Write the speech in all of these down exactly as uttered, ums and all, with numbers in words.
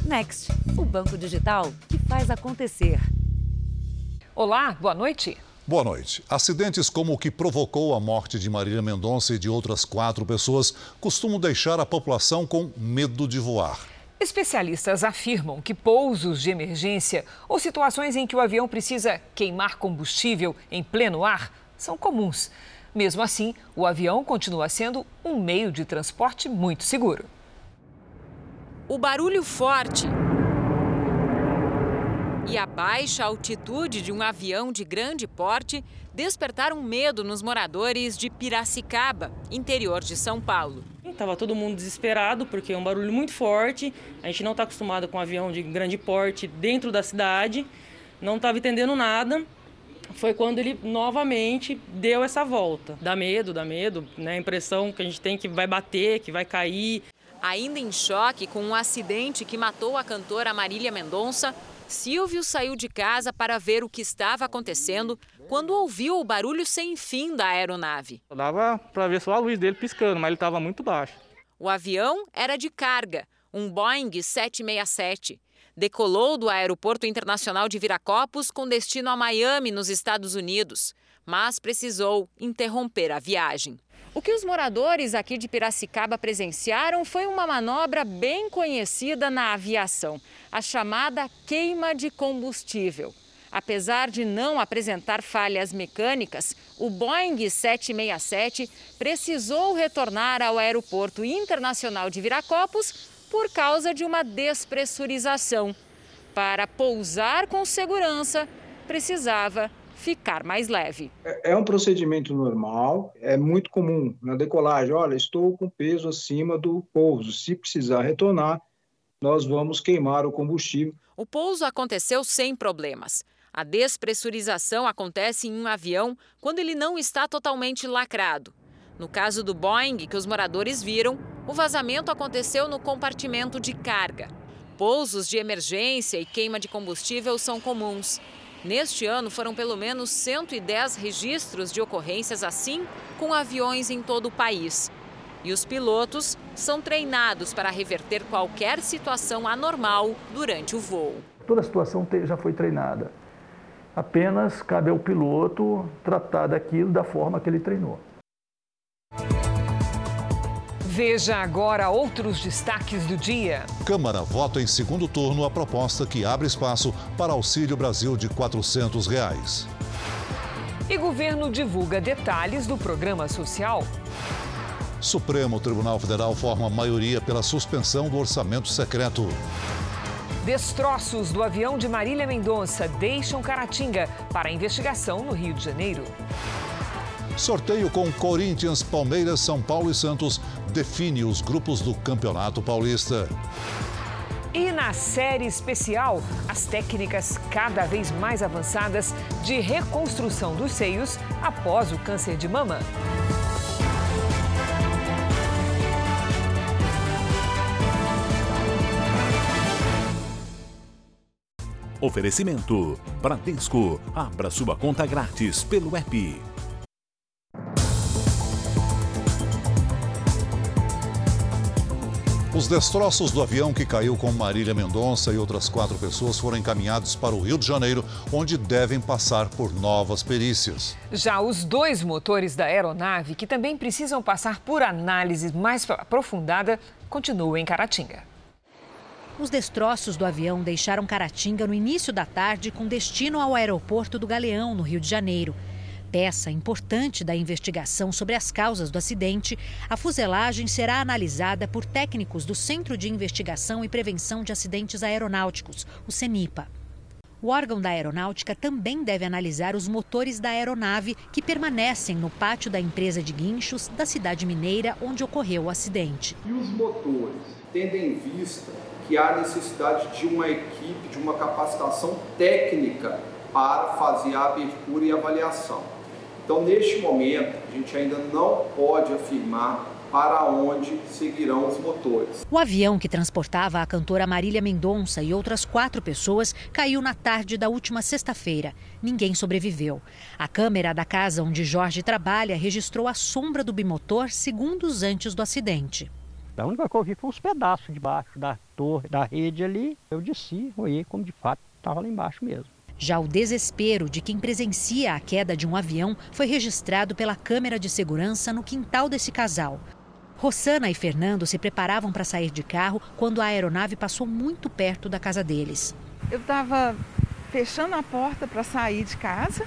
Next, o banco digital que faz acontecer. Olá, boa noite. Boa noite. Acidentes como o que provocou a morte de Marília Mendonça e de outras quatro pessoas costumam deixar a população com medo de voar. Especialistas afirmam que pousos de emergência ou situações em que o avião precisa queimar combustível em pleno ar são comuns. Mesmo assim, o avião continua sendo um meio de transporte muito seguro. O barulho forte e a baixa altitude de um avião de grande porte despertaram medo nos moradores de Piracicaba, interior de São Paulo. Estava todo mundo desesperado porque é um barulho muito forte, a gente não está acostumado com um avião de grande porte dentro da cidade, não estava entendendo nada. Foi quando ele novamente deu essa volta. Dá medo, dá medo, né? A impressão que a gente tem que vai bater, que vai cair. Ainda em choque com um acidente que matou a cantora Marília Mendonça, Silvio saiu de casa para ver o que estava acontecendo quando ouviu o barulho sem fim da aeronave. Dava para ver só a luz dele piscando, mas ele estava muito baixo. O avião era de carga, um Boeing sete seis sete. Decolou do Aeroporto Internacional de Viracopos com destino a Miami, nos Estados Unidos, mas precisou interromper a viagem. O que os moradores aqui de Piracicaba presenciaram foi uma manobra bem conhecida na aviação, a chamada queima de combustível. Apesar de não apresentar falhas mecânicas, o Boeing sete seis sete precisou retornar ao Aeroporto Internacional de Viracopos por causa de uma despressurização. Para pousar com segurança, precisava ficar mais leve. É um procedimento normal, é muito comum na decolagem. Olha, estou com peso acima do pouso. Se precisar retornar, nós vamos queimar o combustível. O pouso aconteceu sem problemas. A despressurização acontece em um avião quando ele não está totalmente lacrado. No caso do Boeing, que os moradores viram, o vazamento aconteceu no compartimento de carga. Pousos de emergência e queima de combustível são comuns. Neste ano, foram pelo menos cento e dez registros de ocorrências assim com aviões em todo o país. E os pilotos são treinados para reverter qualquer situação anormal durante o voo. Toda a situação já foi treinada. Apenas cabe ao piloto tratar daquilo da forma que ele treinou. Veja agora outros destaques do dia. Câmara vota em segundo turno a proposta que abre espaço para Auxílio Brasil de quatrocentos reais. E governo divulga detalhes do programa social. Supremo Tribunal Federal forma maioria pela suspensão do orçamento secreto. Destroços do avião de Marília Mendonça deixam Caratinga para investigação no Rio de Janeiro. Sorteio com Corinthians, Palmeiras, São Paulo e Santos define os grupos do Campeonato Paulista. E na série especial, as técnicas cada vez mais avançadas de reconstrução dos seios após o câncer de mama. Oferecimento Bradesco. Abra sua conta grátis pelo app. Os destroços do avião que caiu com Marília Mendonça e outras quatro pessoas foram encaminhados para o Rio de Janeiro, onde devem passar por novas perícias. Já os dois motores da aeronave, que também precisam passar por análise mais aprofundada, continuam em Caratinga. Os destroços do avião deixaram Caratinga no início da tarde com destino ao aeroporto do Galeão, no Rio de Janeiro. Peça importante da investigação sobre as causas do acidente, a fuselagem será analisada por técnicos do Centro de Investigação e Prevenção de Acidentes Aeronáuticos, o CENIPA. O órgão da aeronáutica também deve analisar os motores da aeronave que permanecem no pátio da empresa de guinchos da cidade mineira onde ocorreu o acidente. E os motores, tendo em vista que há necessidade de uma equipe, de uma capacitação técnica para fazer a abertura e avaliação. Então, neste momento, a gente ainda não pode afirmar para onde seguirão os motores. O avião que transportava a cantora Marília Mendonça e outras quatro pessoas caiu na tarde da última sexta-feira. Ninguém sobreviveu. A câmera da casa onde Jorge trabalha registrou a sombra do bimotor segundos antes do acidente. A única coisa que eu vi foi uns pedaços debaixo da torre, da rede ali. Eu desci, olhei como de fato estava lá embaixo mesmo. Já o desespero de quem presencia a queda de um avião foi registrado pela câmera de segurança no quintal desse casal. Rossana e Fernando se preparavam para sair de carro quando a aeronave passou muito perto da casa deles. Eu estava fechando a porta para sair de casa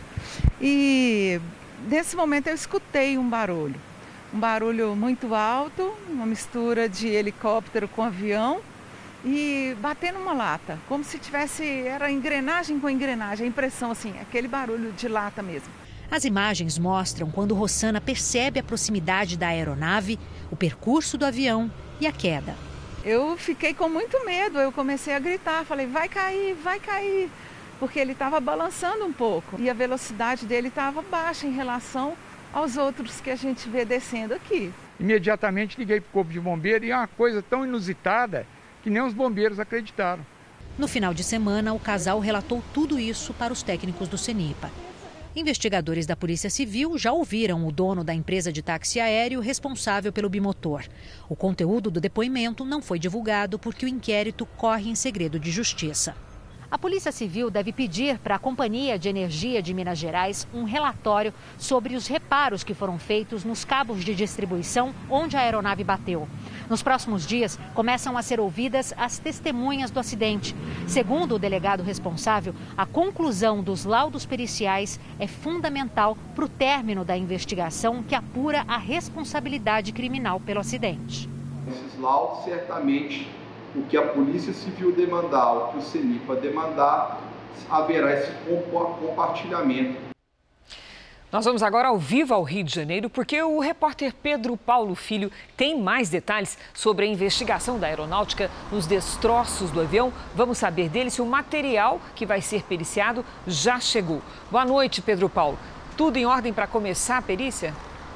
e nesse momento eu escutei um barulho. Um barulho muito alto, uma mistura de helicóptero com avião e batendo uma lata, como se tivesse, era engrenagem com engrenagem, a impressão assim, aquele barulho de lata mesmo. As imagens mostram quando Rossana percebe a proximidade da aeronave, o percurso do avião e a queda. Eu fiquei com muito medo, eu comecei a gritar, falei, vai cair, vai cair, porque ele estava balançando um pouco e a velocidade dele estava baixa em relação aos outros que a gente vê descendo aqui. Imediatamente liguei para o corpo de bombeiro e é uma coisa tão inusitada que nem os bombeiros acreditaram. No final de semana, o casal relatou tudo isso para os técnicos do CENIPA. Investigadores da Polícia Civil já ouviram o dono da empresa de táxi aéreo responsável pelo bimotor. O conteúdo do depoimento não foi divulgado porque o inquérito corre em segredo de justiça. A Polícia Civil deve pedir para a Companhia de Energia de Minas Gerais um relatório sobre os reparos que foram feitos nos cabos de distribuição onde a aeronave bateu. Nos próximos dias, começam a ser ouvidas as testemunhas do acidente. Segundo o delegado responsável, a conclusão dos laudos periciais é fundamental para o término da investigação que apura a responsabilidade criminal pelo acidente. Esses laudos, certamente, o que a Polícia Civil demandar, o que o CENIPA demandar, haverá esse compartilhamento. Nós vamos agora ao vivo ao Rio de Janeiro, porque o repórter Pedro Paulo Filho tem mais detalhes sobre a investigação da aeronáutica nos destroços do avião. Vamos saber dele se o material que vai ser periciado já chegou. Boa noite, Pedro Paulo. Tudo em ordem para começar a perícia?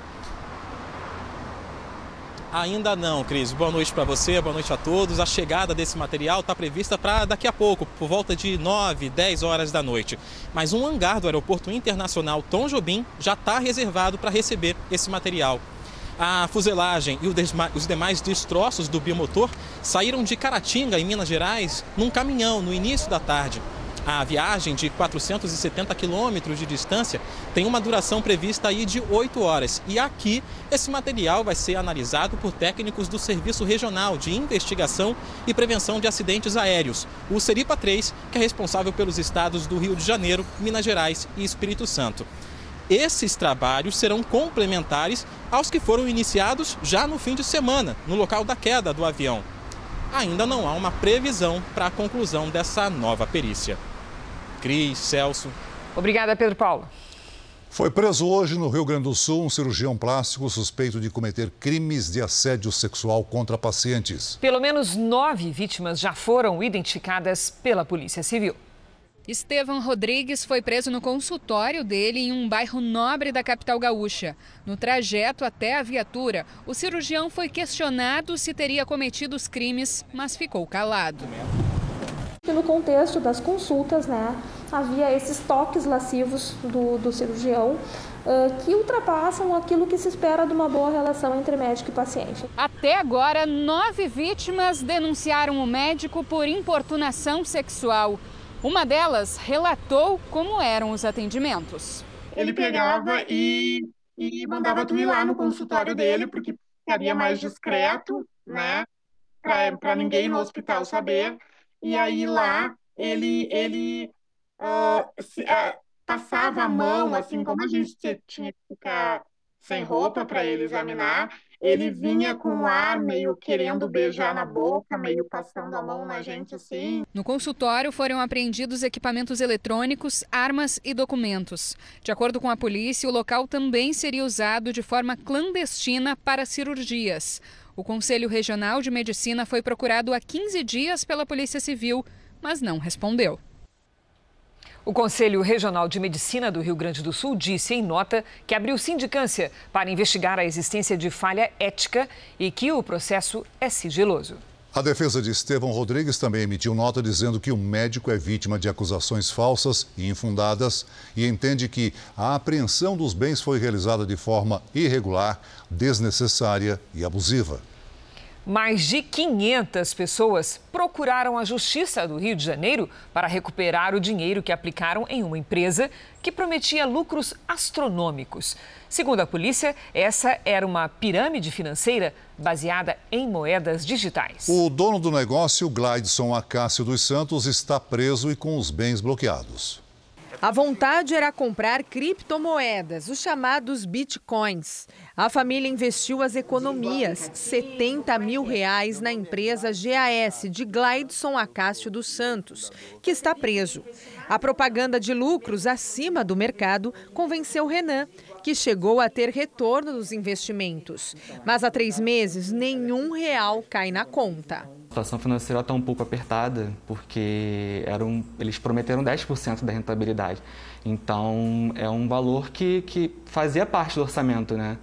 Ainda não, Cris. Boa noite para você, boa noite a todos. A chegada desse material está prevista para daqui a pouco, por volta de nove, dez horas da noite. Mas um hangar do Aeroporto Internacional Tom Jobim já está reservado para receber esse material. A fuselagem e os demais destroços do bimotor saíram de Caratinga, em Minas Gerais, num caminhão no início da tarde. A viagem de quatrocentos e setenta quilômetros de distância tem uma duração prevista aí de oito horas. E aqui, esse material vai ser analisado por técnicos do Serviço Regional de Investigação e Prevenção de Acidentes Aéreos, o Seripa três, que é responsável pelos estados do Rio de Janeiro, Minas Gerais e Espírito Santo. Esses trabalhos serão complementares aos que foram iniciados já no fim de semana, no local da queda do avião. Ainda não há uma previsão para a conclusão dessa nova perícia. Cris, Celso. Obrigada, Pedro Paulo. Foi preso hoje no Rio Grande do Sul um cirurgião plástico suspeito de cometer crimes de assédio sexual contra pacientes. Pelo menos nove vítimas já foram identificadas pela Polícia Civil. Estevão Rodrigues foi preso no consultório dele em um bairro nobre da capital gaúcha. No trajeto até a viatura, o cirurgião foi questionado se teria cometido os crimes, mas ficou calado. No contexto das consultas, né, havia esses toques lascivos do, do cirurgião uh, que ultrapassam aquilo que se espera de uma boa relação entre médico e paciente. Até agora, nove vítimas denunciaram o médico por importunação sexual. Uma delas relatou como eram os atendimentos. Ele pegava e, e mandava tu ir lá no consultório dele, porque ficaria mais discreto, né, para ninguém no hospital saber. E aí lá ele, ele uh, se, uh, passava a mão, assim, como a gente tinha que ficar sem roupa para ele examinar, ele vinha com o ar meio querendo beijar na boca, meio passando a mão na gente assim. No consultório foram apreendidos equipamentos eletrônicos, armas e documentos. De acordo com a polícia, o local também seria usado de forma clandestina para cirurgias. O Conselho Regional de Medicina foi procurado há quinze dias pela Polícia Civil, mas não respondeu. O Conselho Regional de Medicina do Rio Grande do Sul disse em nota que abriu sindicância para investigar a existência de falha ética e que o processo é sigiloso. A defesa de Estevão Rodrigues também emitiu nota dizendo que o médico é vítima de acusações falsas e infundadas e entende que a apreensão dos bens foi realizada de forma irregular, desnecessária e abusiva. Mais de quinhentas pessoas procuraram a Justiça do Rio de Janeiro para recuperar o dinheiro que aplicaram em uma empresa que prometia lucros astronômicos. Segundo a polícia, essa era uma pirâmide financeira baseada em moedas digitais. O dono do negócio, Glaidson Acácio dos Santos, está preso e com os bens bloqueados. A vontade era comprar criptomoedas, os chamados bitcoins. A família investiu as economias, setenta mil reais, na empresa G A S de Glaidson Acácio dos Santos, que está preso. A propaganda de lucros acima do mercado convenceu Renan, que chegou a ter retorno dos investimentos. Mas há três meses, nenhum real cai na conta. A situação financeira está um pouco apertada, porque eram, eles prometeram dez por cento da rentabilidade. Então, é um valor que, que fazia parte do orçamento, né?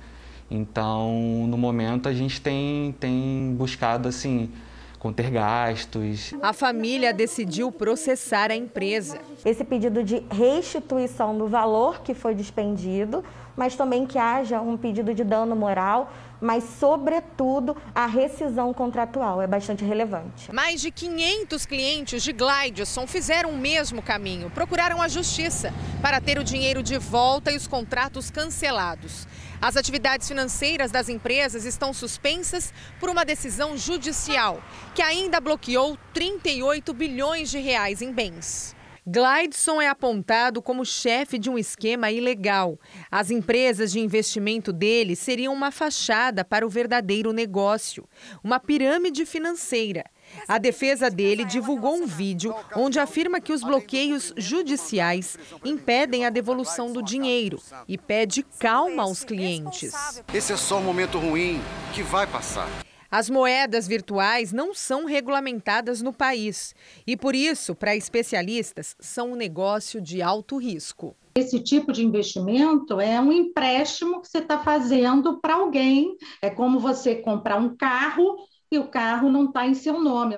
Então, no momento, a gente tem, tem buscado, assim, conter gastos. A família decidiu processar a empresa. Esse pedido de restituição do valor que foi despendido, mas também que haja um pedido de dano moral, mas, sobretudo, a rescisão contratual é bastante relevante. Mais de quinhentos clientes de Glaidson fizeram o mesmo caminho. Procuraram a justiça para ter o dinheiro de volta e os contratos cancelados. As atividades financeiras das empresas estão suspensas por uma decisão judicial, que ainda bloqueou trinta e oito bilhões de reais em bens. Glaidson é apontado como chefe de um esquema ilegal. As empresas de investimento dele seriam uma fachada para o verdadeiro negócio, uma pirâmide financeira. A defesa dele divulgou um vídeo onde afirma que os bloqueios judiciais impedem a devolução do dinheiro e pede calma aos clientes. Esse é só um momento ruim que vai passar. As moedas virtuais não são regulamentadas no país e, por isso, para especialistas, são um negócio de alto risco. Esse tipo de investimento é um empréstimo que você está fazendo para alguém. É como você comprar um carro e o carro não está em seu nome.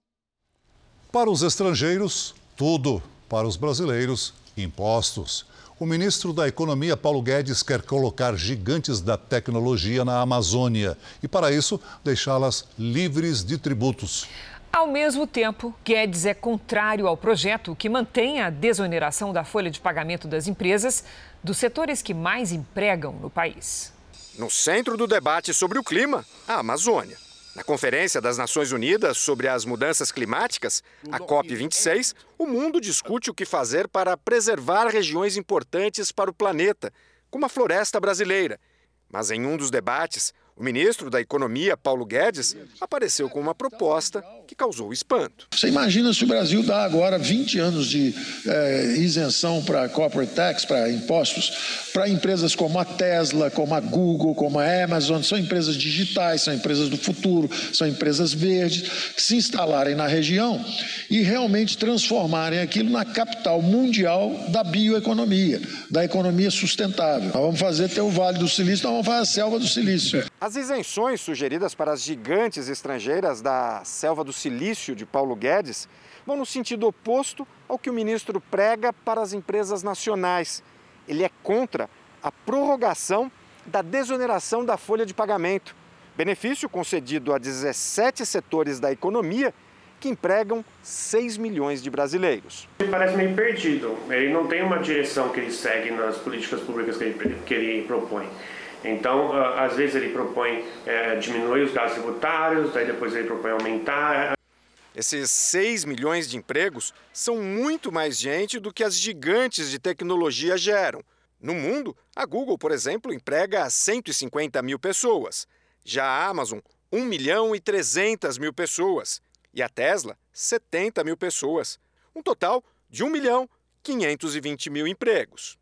Para os estrangeiros, tudo. Para os brasileiros, impostos. O ministro da Economia, Paulo Guedes, quer colocar gigantes da tecnologia na Amazônia e, para isso, deixá-las livres de tributos. Ao mesmo tempo, Guedes é contrário ao projeto que mantém a desoneração da folha de pagamento das empresas dos setores que mais empregam no país. No centro do debate sobre o clima, a Amazônia. Na Conferência das Nações Unidas sobre as Mudanças Climáticas, a COP vinte e seis, o mundo discute o que fazer para preservar regiões importantes para o planeta, como a floresta brasileira. Mas em um dos debates, o ministro da Economia, Paulo Guedes, apareceu com uma proposta que causou espanto. Você imagina se o Brasil dá agora vinte anos de é, isenção para corporate tax, para impostos, para empresas como a Tesla, como a Google, como a Amazon, são empresas digitais, são empresas do futuro, são empresas verdes, que se instalarem na região e realmente transformarem aquilo na capital mundial da bioeconomia, da economia sustentável. Nós vamos fazer ter o Vale do Silício, nós vamos fazer a Selva do Silício. As isenções sugeridas para as gigantes estrangeiras da Selva do Silício de Paulo Guedes vão no sentido oposto ao que o ministro prega para as empresas nacionais. Ele é contra a prorrogação da desoneração da folha de pagamento, benefício concedido a dezessete setores da economia que empregam seis milhões de brasileiros. Ele parece meio perdido, ele não tem uma direção que ele segue nas políticas públicas que ele, que ele propõe. Então, às vezes ele propõe é, diminuir os gastos tributários, daí depois ele propõe aumentar. Esses seis milhões de empregos são muito mais gente do que as gigantes de tecnologia geram. No mundo, a Google, por exemplo, emprega cento e cinquenta mil pessoas. Já a Amazon, um milhão e trezentas mil pessoas. E a Tesla, setenta mil pessoas. Um total de um milhão e quinhentos e vinte mil empregos.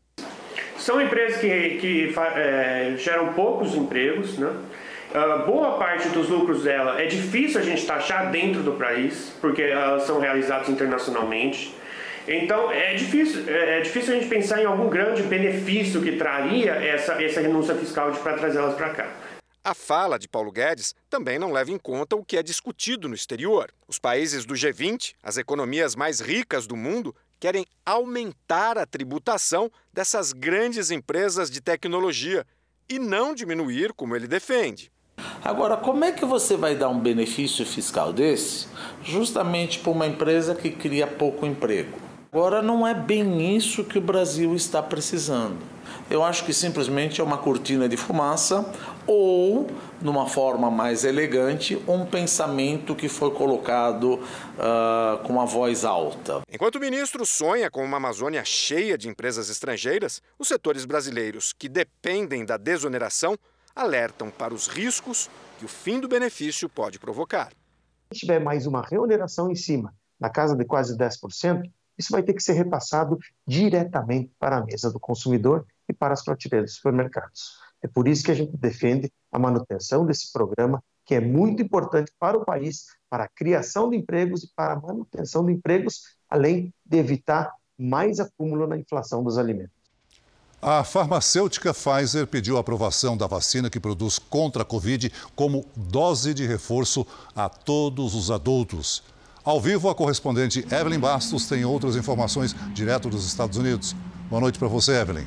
São empresas que, que é, geram poucos empregos, né? Uh, boa parte dos lucros dela é difícil a gente taxar dentro do país, porque elas são realizadas internacionalmente. Então, é difícil, é difícil a gente pensar em algum grande benefício que traria essa, essa renúncia fiscal para trazê-las para cá. A fala de Paulo Guedes também não leva em conta o que é discutido no exterior. Os países do G vinte, as economias mais ricas do mundo, querem aumentar a tributação dessas grandes empresas de tecnologia e não diminuir como ele defende. Agora, como é que você vai dar um benefício fiscal desse justamente para uma empresa que cria pouco emprego? Agora, não é bem isso que o Brasil está precisando. Eu acho que simplesmente é uma cortina de fumaça ou, numa forma mais elegante, um pensamento que foi colocado uh, com uma voz alta. Enquanto o ministro sonha com uma Amazônia cheia de empresas estrangeiras, os setores brasileiros que dependem da desoneração alertam para os riscos que o fim do benefício pode provocar. Se tiver mais uma reoneração em cima, na casa de quase dez por cento, isso vai ter que ser repassado diretamente para a mesa do consumidor e para as prateleiras dos supermercados. É por isso que a gente defende a manutenção desse programa, que é muito importante para o país, para a criação de empregos e para a manutenção de empregos, além de evitar mais acúmulo na inflação dos alimentos. A farmacêutica Pfizer pediu a aprovação da vacina que produz contra a Covid como dose de reforço a todos os adultos. Ao vivo, a correspondente Evelyn Bastos tem outras informações direto dos Estados Unidos. Boa noite para você, Evelyn.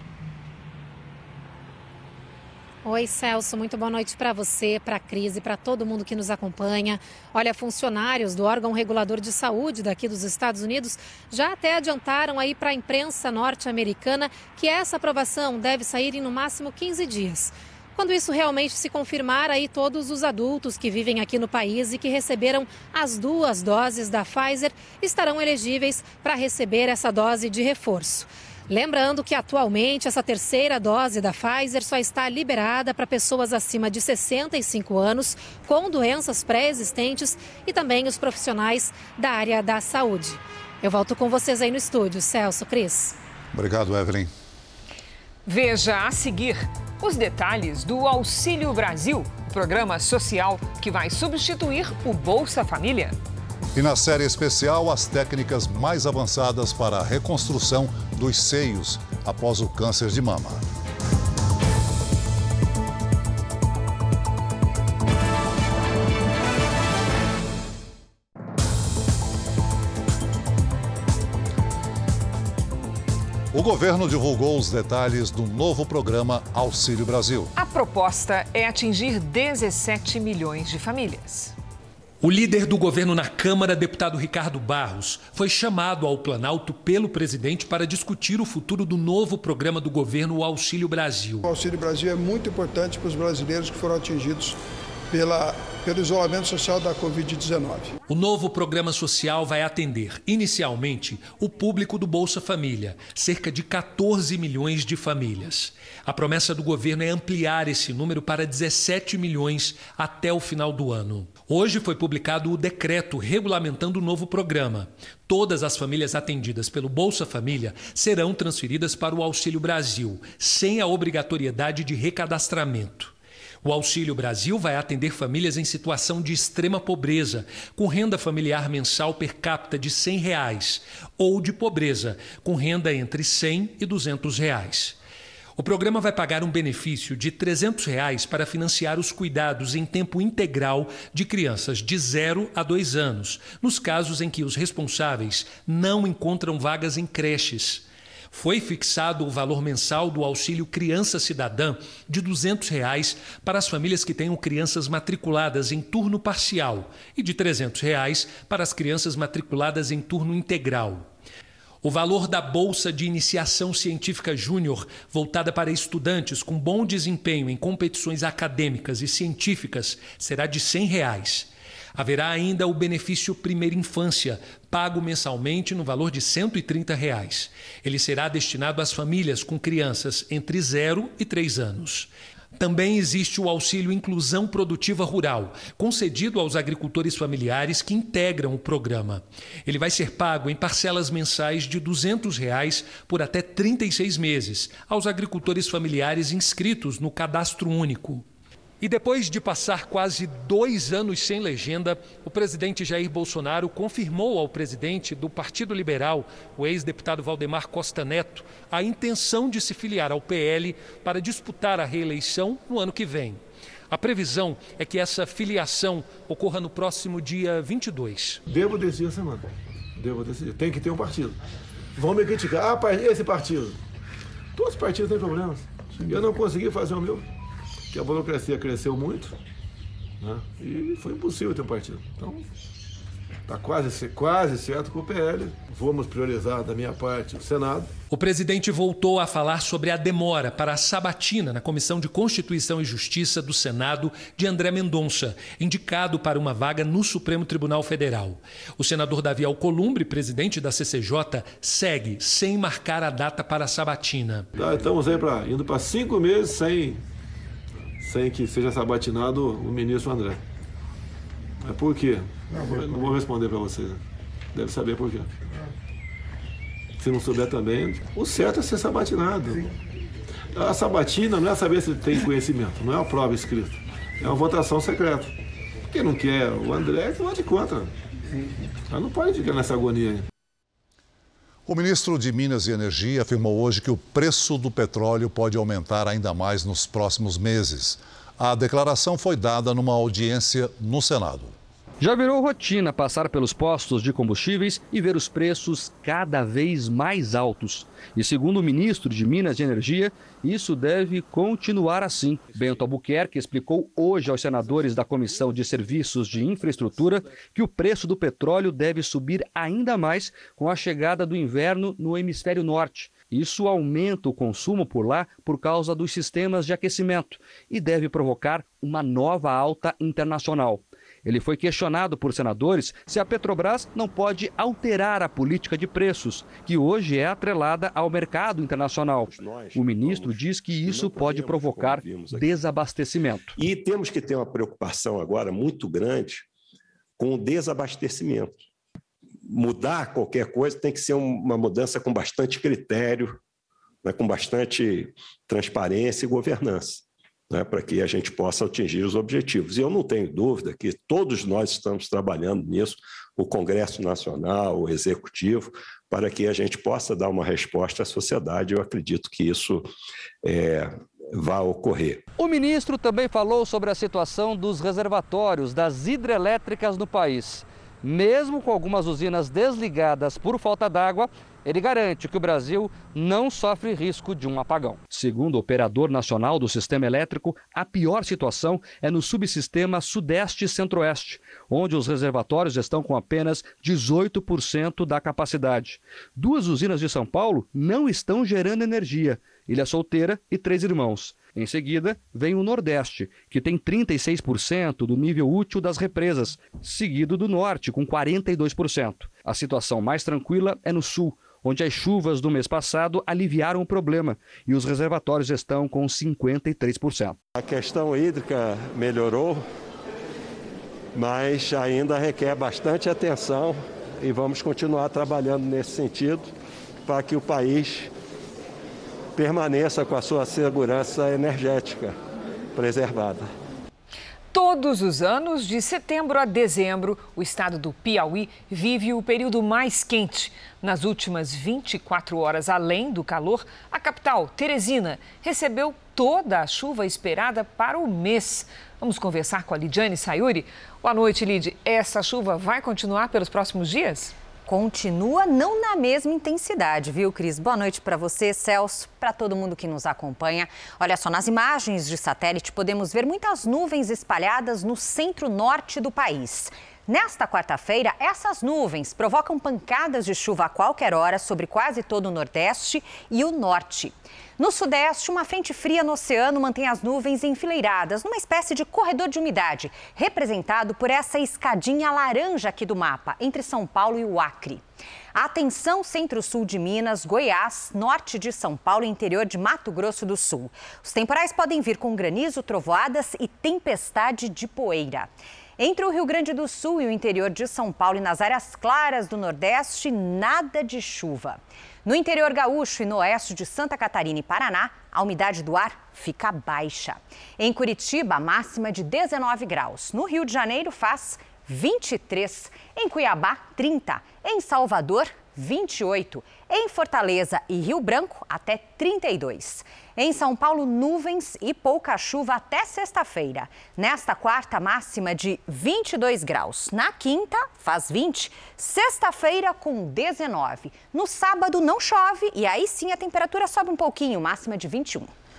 Oi, Celso, muito boa noite para você, para a Cris e para todo mundo que nos acompanha. Olha, funcionários do órgão regulador de saúde daqui dos Estados Unidos já até adiantaram aí para a imprensa norte-americana que essa aprovação deve sair em no máximo quinze dias. Quando isso realmente se confirmar, aí todos os adultos que vivem aqui no país e que receberam as duas doses da Pfizer estarão elegíveis para receber essa dose de reforço. Lembrando que atualmente essa terceira dose da Pfizer só está liberada para pessoas acima de sessenta e cinco anos com doenças pré-existentes e também os profissionais da área da saúde. Eu volto com vocês aí no estúdio. Celso, Cris. Obrigado, Evelyn. Veja a seguir os detalhes do Auxílio Brasil, programa social que vai substituir o Bolsa Família. E na série especial, as técnicas mais avançadas para a reconstrução dos seios após o câncer de mama. O governo divulgou os detalhes do novo programa Auxílio Brasil. A proposta é atingir dezessete milhões de famílias. O líder do governo na Câmara, deputado Ricardo Barros, foi chamado ao Planalto pelo presidente para discutir o futuro do novo programa do governo, o Auxílio Brasil. O Auxílio Brasil é muito importante para os brasileiros que foram atingidos pela, pelo isolamento social da covid dezenove. O novo programa social vai atender, inicialmente, o público do Bolsa Família, cerca de quatorze milhões de famílias. A promessa do governo é ampliar esse número para dezessete milhões até o final do ano. Hoje foi publicado o decreto regulamentando o novo programa. Todas as famílias atendidas pelo Bolsa Família serão transferidas para o Auxílio Brasil, sem a obrigatoriedade de recadastramento. O Auxílio Brasil vai atender famílias em situação de extrema pobreza, com renda familiar mensal per capita de cem reais, ou de pobreza, com renda entre cem e duzentos reais. O programa vai pagar um benefício de trezentos reais para financiar os cuidados em tempo integral de crianças de zero a dois anos, nos casos em que os responsáveis não encontram vagas em creches. Foi fixado o valor mensal do auxílio Criança Cidadã de duzentos reais para as famílias que tenham crianças matriculadas em turno parcial e de trezentos reais para as crianças matriculadas em turno integral. O valor da Bolsa de Iniciação Científica Júnior, voltada para estudantes com bom desempenho em competições acadêmicas e científicas, será de cem reais. Haverá ainda o benefício Primeira Infância, pago mensalmente no valor de cento e trinta reais. Ele será destinado às famílias com crianças entre zero e três anos. Também existe o auxílio Inclusão Produtiva Rural, concedido aos agricultores familiares que integram o programa. Ele vai ser pago em parcelas mensais de duzentos reais por até trinta e seis meses aos agricultores familiares inscritos no Cadastro Único. E depois de passar quase dois anos sem legenda, o presidente Jair Bolsonaro confirmou ao presidente do Partido Liberal, o ex-deputado Valdemar Costa Neto, a intenção de se filiar ao P L para disputar a reeleição no ano que vem. A previsão é que essa filiação ocorra no próximo dia vinte e dois. Devo decidir essa semana. Devo decidir. Tem que ter um partido. Vão me criticar. Ah, esse partido. Todos os partidos têm problemas. Eu não consegui fazer o meu. que a burocracia cresceu muito, né? E foi impossível ter um partido. Então, está quase, quase certo com o P L. Vamos priorizar, da minha parte, o Senado. O presidente voltou a falar sobre a demora para a sabatina na Comissão de Constituição e Justiça do Senado de André Mendonça, indicado para uma vaga no Supremo Tribunal Federal. O senador Davi Alcolumbre, presidente da C C J, segue sem marcar a data para a sabatina. Tá, estamos aí pra, indo para cinco meses sem, sem que seja sabatinado o ministro André. Mas por quê? Não, não vou responder para vocês. Deve saber por quê. Se não souber também, o certo é ser sabatinado. Sim. A sabatina não é saber se tem conhecimento, não é uma prova escrita. É uma votação secreta. Quem não quer o André, que vote contra. Mas não pode ficar nessa agonia aí. O ministro de Minas e Energia afirmou hoje que o preço do petróleo pode aumentar ainda mais nos próximos meses. A declaração foi dada numa audiência no Senado. Já virou rotina passar pelos postos de combustíveis e ver os preços cada vez mais altos. E segundo o ministro de Minas e Energia, isso deve continuar assim. Bento Albuquerque explicou hoje aos senadores da Comissão de Serviços de Infraestrutura que o preço do petróleo deve subir ainda mais com a chegada do inverno no hemisfério norte. Isso aumenta o consumo por lá por causa dos sistemas de aquecimento e deve provocar uma nova alta internacional. Ele foi questionado por senadores se a Petrobras não pode alterar a política de preços, que hoje é atrelada ao mercado internacional. O ministro diz que isso pode provocar desabastecimento. E temos que ter uma preocupação agora muito grande com o desabastecimento. Mudar qualquer coisa tem que ser uma mudança com bastante critério, né, com bastante transparência e governança, né, para que a gente possa atingir os objetivos. E eu não tenho dúvida que todos nós estamos trabalhando nisso, o Congresso Nacional, o Executivo, para que a gente possa dar uma resposta à sociedade. Eu acredito que isso é, vai ocorrer. O ministro também falou sobre a situação dos reservatórios das hidrelétricas no país. Mesmo com algumas usinas desligadas por falta d'água, ele garante que o Brasil não sofre risco de um apagão. Segundo o operador nacional do sistema elétrico, a pior situação é no subsistema Sudeste e Centro-Oeste, onde os reservatórios estão com apenas dezoito por cento da capacidade. Duas usinas de São Paulo não estão gerando energia, Ilha Solteira e Três Irmãos. Em seguida, vem o Nordeste, que tem trinta e seis por cento do nível útil das represas, seguido do Norte, com quarenta e dois por cento. A situação mais tranquila é no Sul, onde as chuvas do mês passado aliviaram o problema e os reservatórios estão com cinquenta e três por cento. A questão hídrica melhorou, mas ainda requer bastante atenção e vamos continuar trabalhando nesse sentido para que o país permaneça com a sua segurança energética preservada. Todos os anos, de setembro a dezembro, o estado do Piauí vive o período mais quente. Nas últimas vinte e quatro horas, além do calor, a capital, Teresina, recebeu toda a chuva esperada para o mês. Vamos conversar com a Lidiane Sayuri. Boa noite, Lid. Essa chuva vai continuar pelos próximos dias? Continua não na mesma intensidade, viu, Cris? Boa noite para você, Celso, para todo mundo que nos acompanha. Olha só, nas imagens de satélite podemos ver muitas nuvens espalhadas no centro-norte do país. Nesta quarta-feira, essas nuvens provocam pancadas de chuva a qualquer hora sobre quase todo o Nordeste e o Norte. No Sudeste, uma frente fria no oceano mantém as nuvens enfileiradas, numa espécie de corredor de umidade, representado por essa escadinha laranja aqui do mapa, entre São Paulo e o Acre. Atenção, centro-sul de Minas, Goiás, norte de São Paulo e interior de Mato Grosso do Sul. Os temporais podem vir com granizo, trovoadas e tempestade de poeira. Entre o Rio Grande do Sul e o interior de São Paulo e nas áreas claras do Nordeste, nada de chuva. No interior gaúcho e no oeste de Santa Catarina e Paraná, a umidade do ar fica baixa. Em Curitiba, a máxima de dezenove graus. No Rio de Janeiro, faz vinte e três. Em Cuiabá, trinta. Em Salvador, vinte e oito. Em Fortaleza e Rio Branco, até trinta e dois. Em São Paulo, nuvens e pouca chuva até sexta-feira. Nesta quarta, máxima de vinte e dois graus. Na quinta, faz vinte. Sexta-feira, com dezenove. No sábado, não chove e aí sim a temperatura sobe um pouquinho, máxima de vinte e um.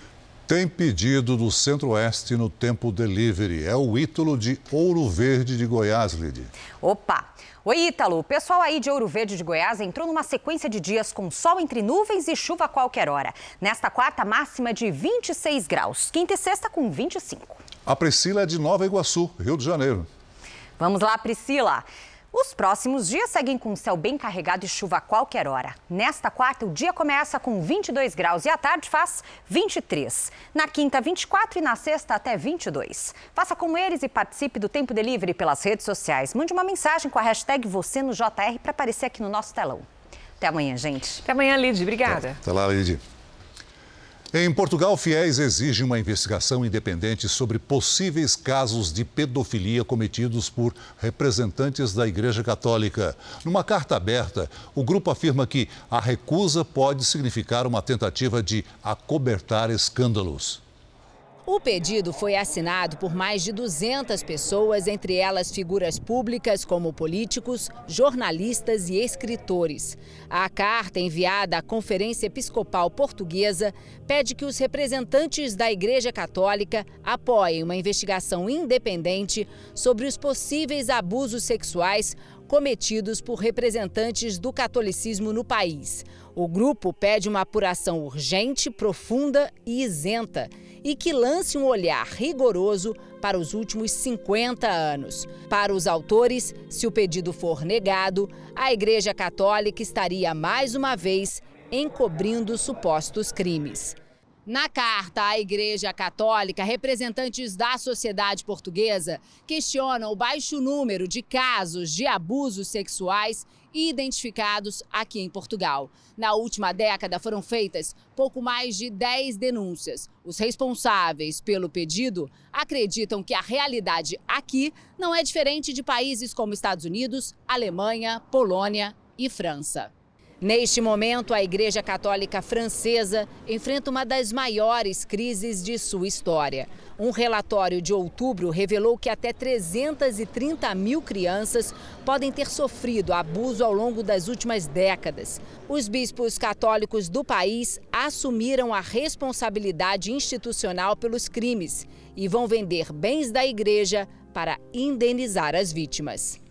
Tem pedido do Centro-Oeste no Tempo Delivery. É o Ítalo de Ouro Verde de Goiás, Lidy. Opa! Oi, Ítalo. O pessoal aí de Ouro Verde de Goiás entrou numa sequência de dias com sol entre nuvens e chuva a qualquer hora. Nesta quarta, máxima de vinte e seis graus. Quinta e sexta com vinte e cinco. A Priscila é de Nova Iguaçu, Rio de Janeiro. Vamos lá, Priscila. Os próximos dias seguem com céu bem carregado e chuva a qualquer hora. Nesta quarta, o dia começa com vinte e dois graus e à tarde faz vinte e três. Na quinta, vinte e quatro e na sexta até vinte e dois. Faça como eles e participe do Tempo Delivery pelas redes sociais. Mande uma mensagem com a hashtag você no J R para aparecer aqui no nosso telão. Até amanhã, gente. Até amanhã, Lidy. Obrigada. Até, até lá, Lidy. Em Portugal, fiéis exigem uma investigação independente sobre possíveis casos de pedofilia cometidos por representantes da Igreja Católica. Numa carta aberta, o grupo afirma que a recusa pode significar uma tentativa de acobertar escândalos. O pedido foi assinado por mais de duzentas pessoas, entre elas figuras públicas como políticos, jornalistas e escritores. A carta enviada à Conferência Episcopal Portuguesa pede que os representantes da Igreja Católica apoiem uma investigação independente sobre os possíveis abusos sexuais cometidos por representantes do catolicismo no país. O grupo pede uma apuração urgente, profunda e isenta e que lance um olhar rigoroso para os últimos cinquenta anos. Para os autores, se o pedido for negado, a Igreja Católica estaria mais uma vez encobrindo supostos crimes. Na carta à Igreja Católica, representantes da sociedade portuguesa questionam o baixo número de casos de abusos sexuais identificados aqui em Portugal. Na última década foram feitas pouco mais de dez denúncias. Os responsáveis pelo pedido acreditam que a realidade aqui não é diferente de países como Estados Unidos, Alemanha, Polônia e França. Neste momento, a Igreja Católica Francesa enfrenta uma das maiores crises de sua história. Um relatório de outubro revelou que até trezentas e trinta mil crianças podem ter sofrido abuso ao longo das últimas décadas. Os bispos católicos do país assumiram a responsabilidade institucional pelos crimes e vão vender bens da igreja para indenizar as vítimas.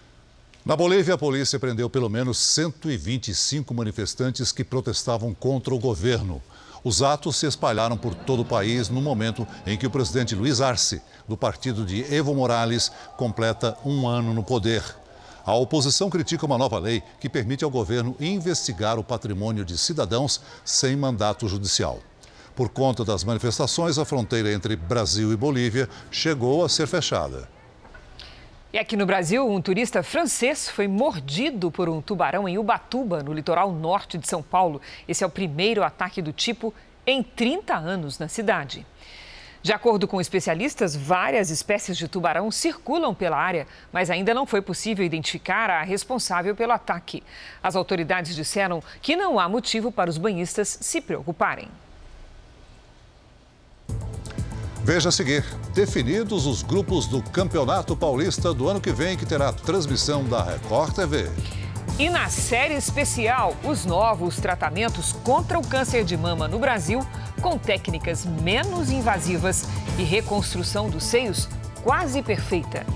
Na Bolívia, a polícia prendeu pelo menos cento e vinte e cinco manifestantes que protestavam contra o governo. Os atos se espalharam por todo o país no momento em que o presidente Luiz Arce, do partido de Evo Morales, completa um ano no poder. A oposição critica uma nova lei que permite ao governo investigar o patrimônio de cidadãos sem mandato judicial. Por conta das manifestações, a fronteira entre Brasil e Bolívia chegou a ser fechada. E aqui no Brasil, um turista francês foi mordido por um tubarão em Ubatuba, no litoral norte de São Paulo. Esse é o primeiro ataque do tipo em trinta anos na cidade. De acordo com especialistas, várias espécies de tubarão circulam pela área, mas ainda não foi possível identificar a responsável pelo ataque. As autoridades disseram que não há motivo para os banhistas se preocuparem. Veja a seguir, definidos os grupos do Campeonato Paulista do ano que vem, que terá transmissão da Record T V. E na série especial, os novos tratamentos contra o câncer de mama no Brasil, com técnicas menos invasivas e reconstrução dos seios quase perfeita.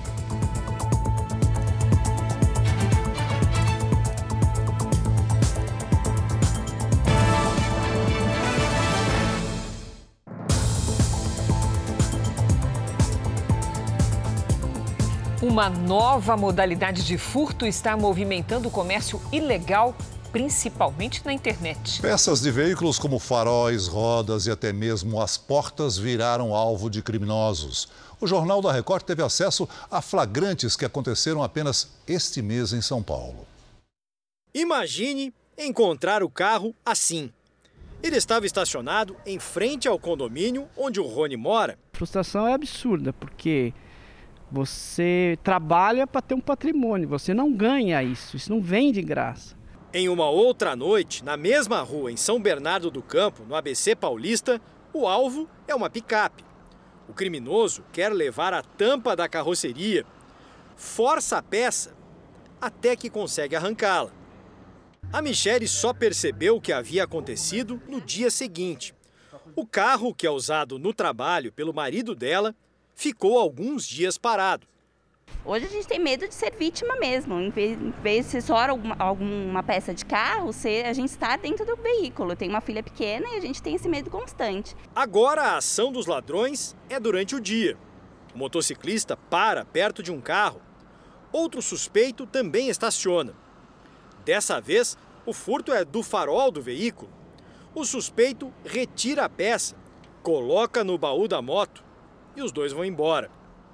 Uma nova modalidade de furto está movimentando o comércio ilegal, principalmente na internet. Peças de veículos como faróis, rodas e até mesmo as portas viraram alvo de criminosos. O Jornal da Record teve acesso a flagrantes que aconteceram apenas este mês em São Paulo. Imagine encontrar o carro assim. Ele estava estacionado em frente ao condomínio onde o Rony mora. A frustração é absurda, porque você trabalha para ter um patrimônio, você não ganha isso, isso não vem de graça. Em uma outra noite, na mesma rua em São Bernardo do Campo, no A B C Paulista, o alvo é uma picape. O criminoso quer levar a tampa da carroceria, força a peça até que consegue arrancá-la. A Michele só percebeu o que havia acontecido no dia seguinte. O carro, que é usado no trabalho pelo marido dela, ficou alguns dias parado. Hoje a gente tem medo de ser vítima mesmo. Em vez, em vez de ser só alguma, alguma peça de carro, ser, a gente está dentro do veículo. Tem uma filha pequena e a gente tem esse medo constante. Agora a ação dos ladrões é durante o dia. O motociclista para perto de um carro. Outro suspeito também estaciona. Dessa vez, o furto é do farol do veículo. O suspeito retira a peça, coloca no baú da moto e os dois vão embora.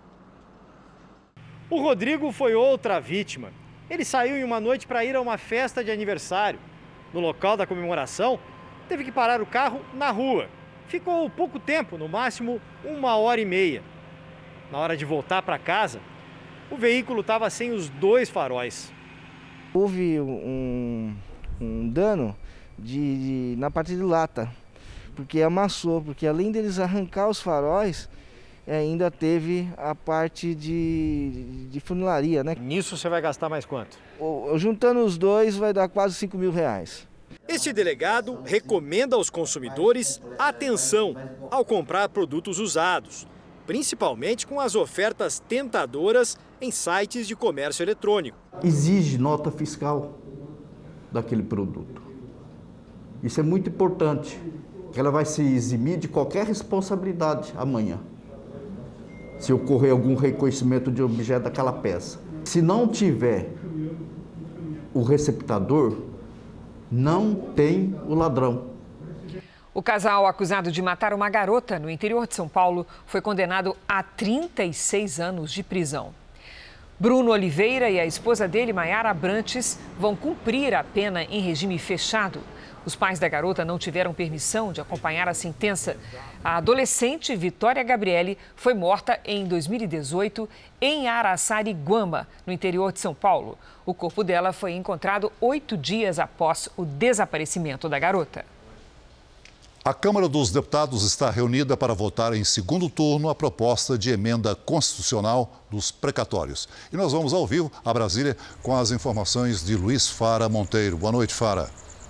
O Rodrigo foi outra vítima. Ele saiu em uma noite para ir a uma festa de aniversário. No local da comemoração, teve que parar o carro na rua. Ficou pouco tempo, no máximo uma hora e meia. Na hora de voltar para casa, o veículo estava sem os dois faróis. Houve um, um dano de, de, na parte de lata, porque amassou, porque além deles arrancar os faróis, ainda teve a parte de, de funilaria, né? Nisso você vai gastar mais quanto? O, juntando os dois vai dar quase cinco mil reais. Este delegado recomenda aos consumidores atenção ao comprar produtos usados, principalmente com as ofertas tentadoras em sites de comércio eletrônico. Exige nota fiscal daquele produto. Isso é muito importante. Ela vai se eximir de qualquer responsabilidade amanhã, se ocorrer algum reconhecimento de objeto daquela peça. Se não tiver o receptador, não tem o ladrão. O casal acusado de matar uma garota no interior de São Paulo foi condenado a trinta e seis anos de prisão. Bruno Oliveira e a esposa dele, Maiara Abrantes, vão cumprir a pena em regime fechado. Os pais da garota não tiveram permissão de acompanhar a sentença. A adolescente Vitória Gabriele foi morta em dois mil e dezoito em Araçariguama, no interior de São Paulo. O corpo dela foi encontrado oito dias após o desaparecimento da garota. A Câmara dos Deputados está reunida para votar em segundo turno a proposta de emenda constitucional dos precatórios. E nós vamos ao vivo a Brasília com as informações de Luiz Fara Monteiro. Boa noite, Fara.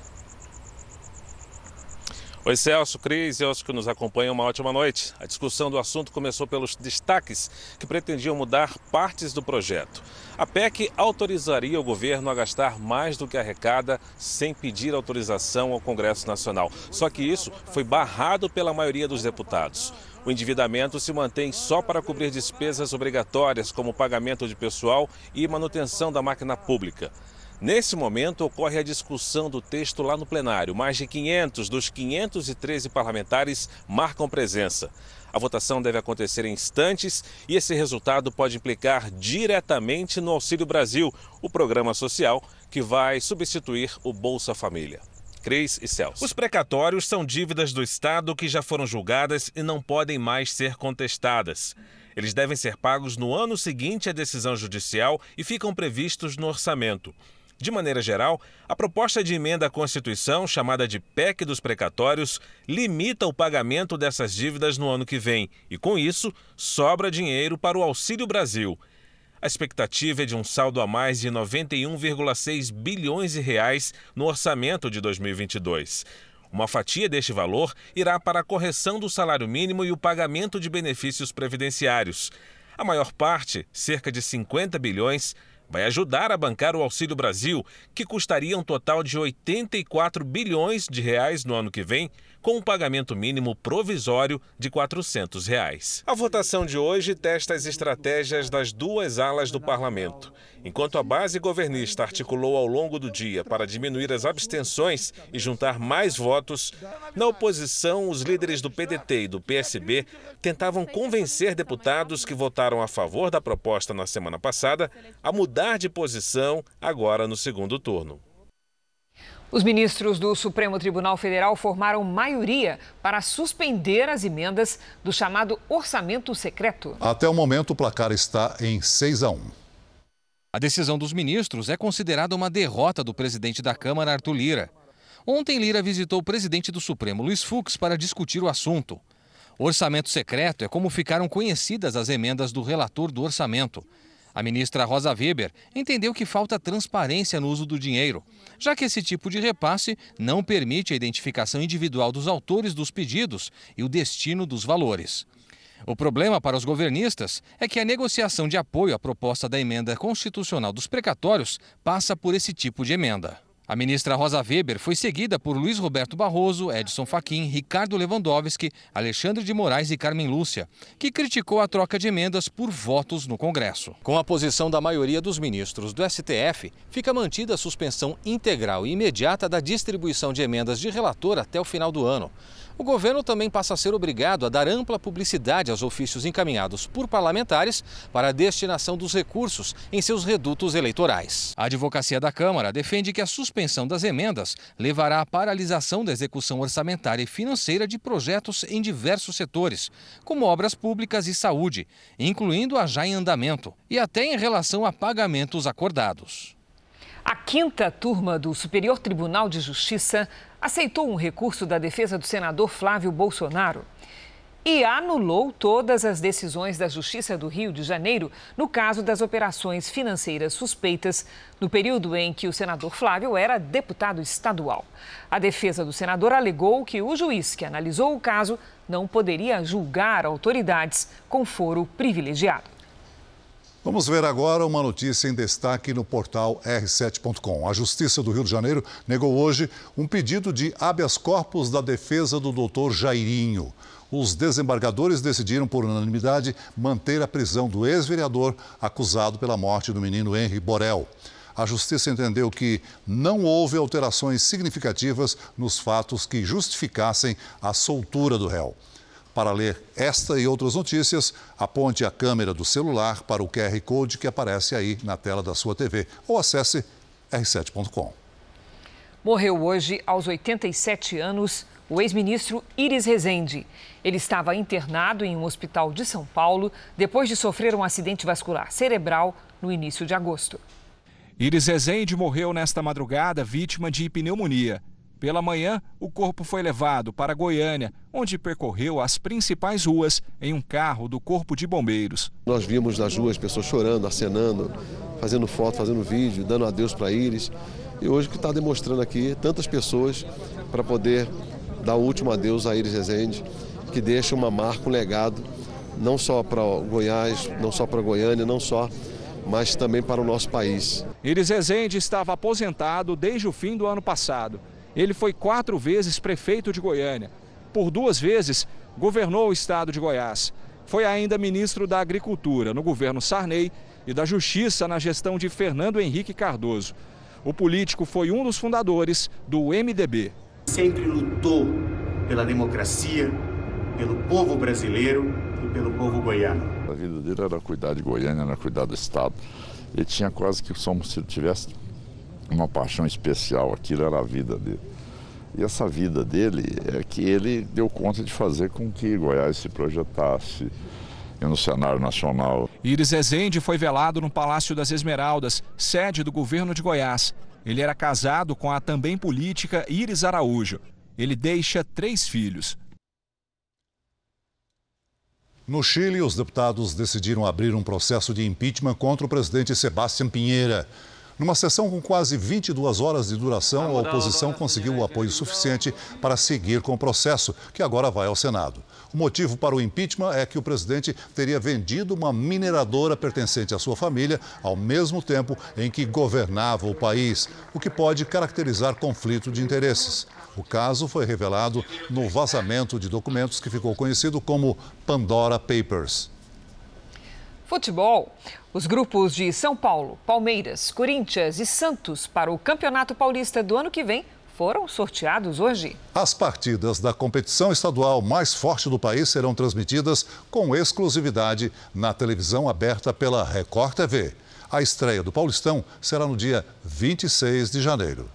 Oi, Celso, Cris e aos que nos acompanham, uma ótima noite. A discussão do assunto começou pelos destaques que pretendiam mudar partes do projeto. A P E C autorizaria o governo a gastar mais do que arrecada sem pedir autorização ao Congresso Nacional. Só que isso foi barrado pela maioria dos deputados. O endividamento se mantém só para cobrir despesas obrigatórias, como pagamento de pessoal e manutenção da máquina pública. Nesse momento, ocorre a discussão do texto lá no plenário. Mais de quinhentos dos quinhentos e treze parlamentares marcam presença. A votação deve acontecer em instantes e esse resultado pode implicar diretamente no Auxílio Brasil, o programa social que vai substituir o Bolsa Família. Cris e Celso. Os precatórios são dívidas do Estado que já foram julgadas e não podem mais ser contestadas. Eles devem ser pagos no ano seguinte à decisão judicial e ficam previstos no orçamento. De maneira geral, a proposta de emenda à Constituição, chamada de P E C dos precatórios, limita o pagamento dessas dívidas no ano que vem e, com isso, sobra dinheiro para o Auxílio Brasil. A expectativa é de um saldo a mais de noventa e um vírgula seis bilhões de reais no orçamento de dois mil e vinte e dois. Uma fatia deste valor irá para a correção do salário mínimo e o pagamento de benefícios previdenciários. A maior parte, cerca de cinquenta bilhões, vai ajudar a bancar o Auxílio Brasil, que custaria um total de oitenta e quatro bilhões de reais no ano que vem, com um pagamento mínimo provisório de quatrocentos reais. A votação de hoje testa as estratégias das duas alas do parlamento. Enquanto a base governista articulou ao longo do dia para diminuir as abstenções e juntar mais votos, na oposição, os líderes do P D T e do P S B tentavam convencer deputados que votaram a favor da proposta na semana passada a mudar de posição agora no segundo turno. Os ministros do Supremo Tribunal Federal formaram maioria para suspender as emendas do chamado orçamento secreto. Até o momento, o placar está em seis a um. A decisão dos ministros é considerada uma derrota do presidente da Câmara, Arthur Lira. Ontem, Lira visitou o presidente do Supremo, Luiz Fux, para discutir o assunto. O orçamento secreto é como ficaram conhecidas as emendas do relator do orçamento. A ministra Rosa Weber entendeu que falta transparência no uso do dinheiro, já que esse tipo de repasse não permite a identificação individual dos autores dos pedidos e o destino dos valores. O problema para os governistas é que a negociação de apoio à proposta da emenda constitucional dos precatórios passa por esse tipo de emenda. A ministra Rosa Weber foi seguida por Luiz Roberto Barroso, Edson Fachin, Ricardo Lewandowski, Alexandre de Moraes e Carmen Lúcia, que criticou a troca de emendas por votos no Congresso. Com a posição da maioria dos ministros do S T F, fica mantida a suspensão integral e imediata da distribuição de emendas de relator até o final do ano. O governo também passa a ser obrigado a dar ampla publicidade aos ofícios encaminhados por parlamentares para a destinação dos recursos em seus redutos eleitorais. A advocacia da Câmara defende que a suspensão das emendas levará à paralisação da execução orçamentária e financeira de projetos em diversos setores, como obras públicas e saúde, incluindo a já em andamento, e até em relação a pagamentos acordados. A quinta turma do Superior Tribunal de Justiça aceitou um recurso da defesa do senador Flávio Bolsonaro e anulou todas as decisões da Justiça do Rio de Janeiro no caso das operações financeiras suspeitas no período em que o senador Flávio era deputado estadual. A defesa do senador alegou que o juiz que analisou o caso não poderia julgar autoridades com foro privilegiado. Vamos ver agora uma notícia em destaque no portal R sete ponto com. A Justiça do Rio de Janeiro negou hoje um pedido de habeas corpus da defesa do doutor Jairinho. Os desembargadores decidiram, por unanimidade, manter a prisão do ex-vereador acusado pela morte do menino Henri Borel. A Justiça entendeu que não houve alterações significativas nos fatos que justificassem a soltura do réu. Para ler esta e outras notícias, aponte a câmera do celular para o Q R Code que aparece aí na tela da sua T V ou acesse R sete ponto com. Morreu hoje, aos oitenta e sete anos, o ex-ministro Iris Rezende. Ele estava internado em um hospital de São Paulo depois de sofrer um acidente vascular cerebral no início de agosto. Iris Rezende morreu nesta madrugada vítima de pneumonia. Pela manhã, o corpo foi levado para Goiânia, onde percorreu as principais ruas em um carro do Corpo de Bombeiros. Nós vimos nas ruas pessoas chorando, acenando, fazendo foto, fazendo vídeo, dando adeus para Iris. E hoje que está demonstrando aqui tantas pessoas para poder dar o último adeus a Iris Rezende, que deixa uma marca, um legado, não só para Goiás, não só para Goiânia, não só, mas também para o nosso país. Iris Rezende estava aposentado desde o fim do ano passado. Ele foi quatro vezes prefeito de Goiânia. Por duas vezes, governou o estado de Goiás. Foi ainda ministro da Agricultura no governo Sarney e da Justiça na gestão de Fernando Henrique Cardoso. O político foi um dos fundadores do M D B. Sempre lutou pela democracia, pelo povo brasileiro e pelo povo goiano. A vida dele era cuidar de Goiânia, era cuidar do estado. Ele tinha quase que como se ele tivesse uma paixão especial, aquilo era a vida dele. E essa vida dele é que ele deu conta de fazer com que Goiás se projetasse no cenário nacional. Iris Rezende foi velado no Palácio das Esmeraldas, sede do governo de Goiás. Ele era casado com a também política Iris Araújo. Ele deixa três filhos. No Chile, os deputados decidiram abrir um processo de impeachment contra o presidente Sebastián Piñera. Numa sessão com quase vinte e duas horas de duração, a oposição conseguiu o apoio suficiente para seguir com o processo, que agora vai ao Senado. O motivo para o impeachment é que o presidente teria vendido uma mineradora pertencente à sua família ao mesmo tempo em que governava o país, o que pode caracterizar conflito de interesses. O caso foi revelado no vazamento de documentos que ficou conhecido como Pandora Papers. Futebol. Os grupos de São Paulo, Palmeiras, Corinthians e Santos para o Campeonato Paulista do ano que vem foram sorteados hoje. As partidas da competição estadual mais forte do país serão transmitidas com exclusividade na televisão aberta pela Record T V. A estreia do Paulistão será no dia vinte e seis de janeiro.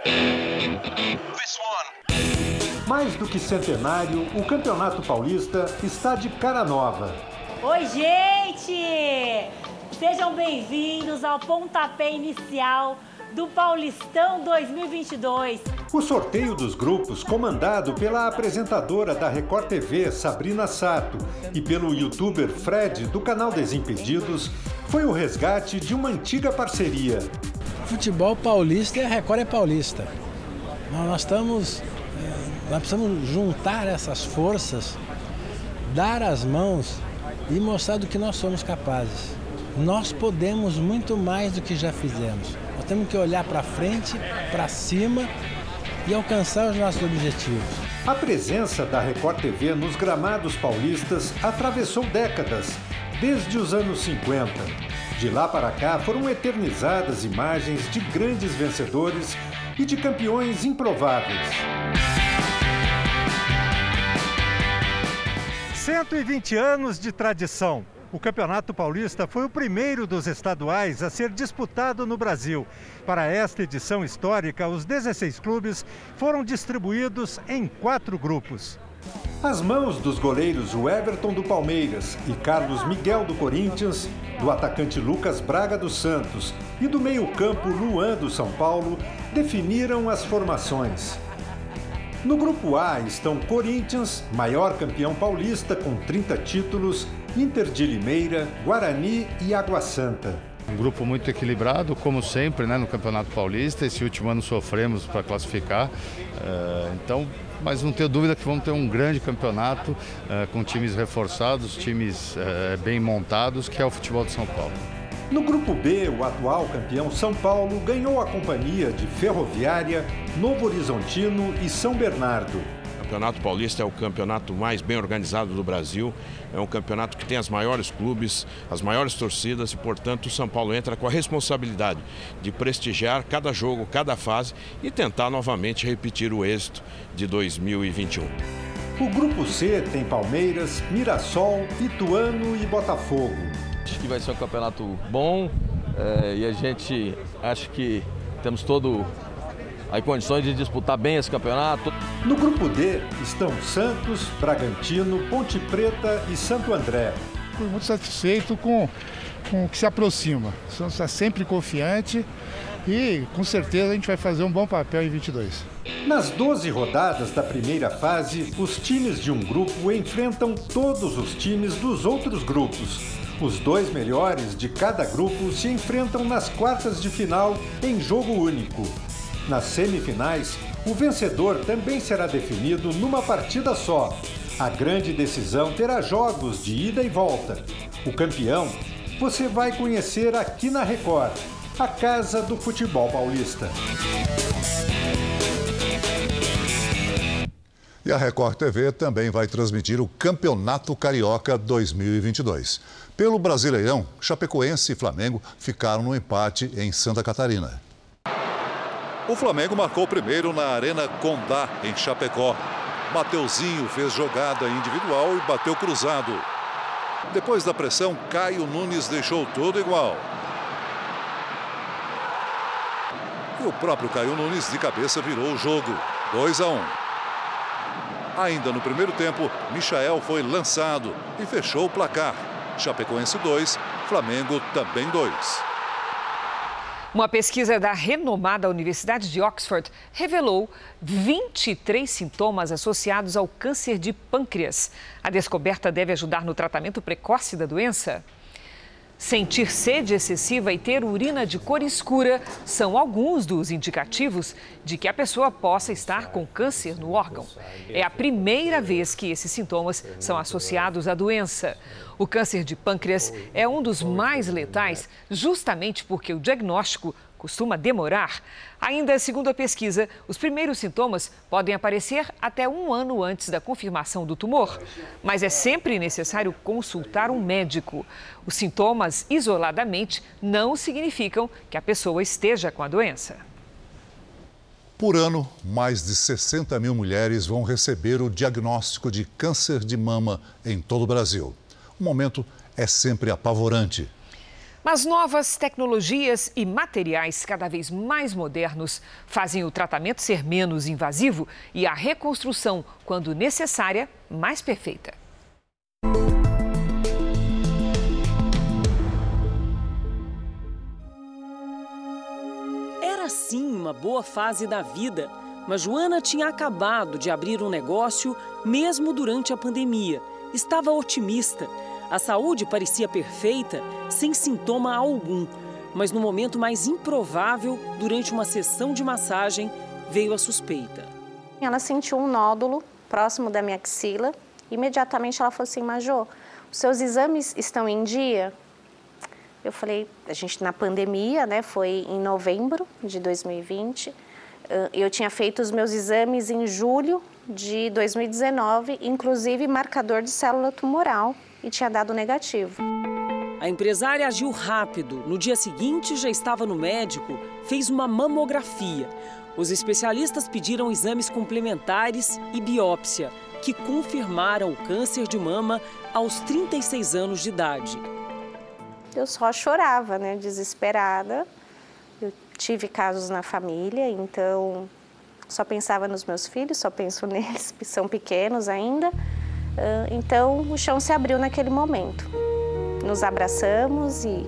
Mais do que centenário, o Campeonato Paulista está de cara nova. Oi, gente! Sejam bem-vindos ao pontapé inicial do Paulistão dois mil e vinte e dois. O sorteio dos grupos, comandado pela apresentadora da Record T V, Sabrina Sato, e pelo youtuber Fred, do canal Desimpedidos, foi o resgate de uma antiga parceria. Futebol paulista e a Record é paulista. Nós estamos, nós precisamos juntar essas forças, dar as mãos e mostrar do que nós somos capazes. Nós podemos muito mais do que já fizemos. Nós temos que olhar para frente, para cima e alcançar os nossos objetivos. A presença da Record T V nos gramados paulistas atravessou décadas, desde os anos cinquenta. De lá para cá foram eternizadas imagens de grandes vencedores e de campeões improváveis. cento e vinte anos de tradição. O Campeonato Paulista foi o primeiro dos estaduais a ser disputado no Brasil. Para esta edição histórica, os dezesseis clubes foram distribuídos em quatro grupos. As mãos dos goleiros Everton do Palmeiras e Carlos Miguel do Corinthians, do atacante Lucas Braga do Santos e do meio-campo Luan do São Paulo definiram as formações. No grupo A estão Corinthians, maior campeão paulista com trinta títulos, Inter de Limeira, Guarani e Água Santa. Um grupo muito equilibrado, como sempre, né, no Campeonato Paulista. Esse último ano sofremos para classificar, uh, então, mas não tenho dúvida que vamos ter um grande campeonato uh, com times reforçados, times uh, bem montados, que é o futebol de São Paulo. No grupo B, o atual campeão São Paulo ganhou a companhia de Ferroviária, Novo Horizontino e São Bernardo. O Campeonato Paulista é o campeonato mais bem organizado do Brasil, é um campeonato que tem as maiores clubes, as maiores torcidas e, portanto, o São Paulo entra com a responsabilidade de prestigiar cada jogo, cada fase e tentar novamente repetir o êxito de dois mil e vinte e um. O grupo C tem Palmeiras, Mirassol, Ituano e Botafogo. Acho que vai ser um campeonato bom é, e a gente acha que temos todo as condições de disputar bem esse campeonato. No grupo D estão Santos, Bragantino, Ponte Preta e Santo André. Fui muito satisfeito com, com o que se aproxima. O Santos está sempre confiante e com certeza a gente vai fazer um bom papel em vinte e dois. Nas doze rodadas da primeira fase, os times de um grupo enfrentam todos os times dos outros grupos. Os dois melhores de cada grupo se enfrentam nas quartas de final em jogo único. Nas semifinais, o vencedor também será definido numa partida só. A grande decisão terá jogos de ida e volta. O campeão você vai conhecer aqui na Record, a casa do futebol paulista. E a Record T V também vai transmitir o Campeonato Carioca dois mil e vinte e dois. Pelo Brasileirão, Chapecoense e Flamengo ficaram no empate em Santa Catarina. O Flamengo marcou primeiro na Arena Condá, em Chapecó. Mateuzinho fez jogada individual e bateu cruzado. Depois da pressão, Caio Nunes deixou tudo igual. E o próprio Caio Nunes, de cabeça, virou o jogo. dois a um. Ainda no primeiro tempo, Michael foi lançado e fechou o placar. Chapecoense dois, Flamengo também dois. Uma pesquisa da renomada Universidade de Oxford revelou vinte e três sintomas associados ao câncer de pâncreas. A descoberta deve ajudar no tratamento precoce da doença. Sentir sede excessiva e ter urina de cor escura são alguns dos indicativos de que a pessoa possa estar com câncer no órgão. É a primeira vez que esses sintomas são associados à doença. O câncer de pâncreas é um dos mais letais, justamente porque o diagnóstico costuma demorar. Ainda segundo a pesquisa, os primeiros sintomas podem aparecer até um ano antes da confirmação do tumor. Mas é sempre necessário consultar um médico. Os sintomas isoladamente não significam que a pessoa esteja com a doença. Por ano, mais de sessenta mil mulheres vão receber o diagnóstico de câncer de mama em todo o Brasil. O momento é sempre apavorante. Mas novas tecnologias e materiais cada vez mais modernos fazem o tratamento ser menos invasivo e a reconstrução, quando necessária, mais perfeita. Era sim uma boa fase da vida, mas Joana tinha acabado de abrir um negócio mesmo durante a pandemia. Estava otimista. A saúde parecia perfeita, sem sintoma algum. Mas no momento mais improvável, durante uma sessão de massagem, veio a suspeita. Ela sentiu um nódulo próximo da minha axila. Imediatamente ela falou assim: Majô, os seus exames estão em dia? Eu falei, a gente na pandemia, né, foi em novembro de dois mil e vinte. Eu tinha feito os meus exames em julho de dois mil e dezenove, inclusive marcador de célula tumoral, e tinha dado negativo. A empresária agiu rápido. No dia seguinte, já estava no médico, fez uma mamografia. Os especialistas pediram exames complementares e biópsia, que confirmaram o câncer de mama aos trinta e seis anos de idade. Eu só chorava, né, desesperada. Eu tive casos na família, então só pensava nos meus filhos, só penso neles, que são pequenos ainda. Então o chão se abriu naquele momento. Nos abraçamos e...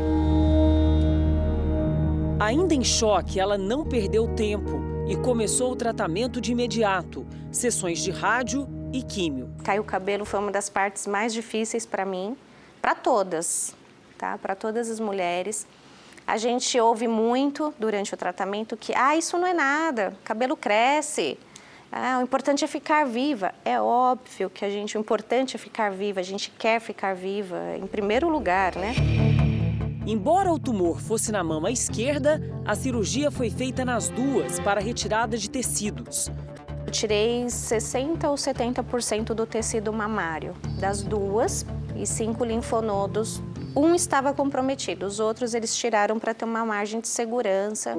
Ainda em choque, ela não perdeu tempo e começou o tratamento de imediato, sessões de rádio e químio. Cair o cabelo foi uma das partes mais difíceis para mim, para todas, tá? Para todas as mulheres. A gente ouve muito durante o tratamento que, ah, isso não é nada, cabelo cresce. Ah, o importante é ficar viva. É óbvio que a gente, o importante é ficar viva, a gente quer ficar viva, em primeiro lugar, né? Embora o tumor fosse na mama esquerda, a cirurgia foi feita nas duas para retirada de tecidos. Eu tirei sessenta ou setenta por cento do tecido mamário, das duas, e cinco linfonodos. Um estava comprometido, os outros eles tiraram para ter uma margem de segurança.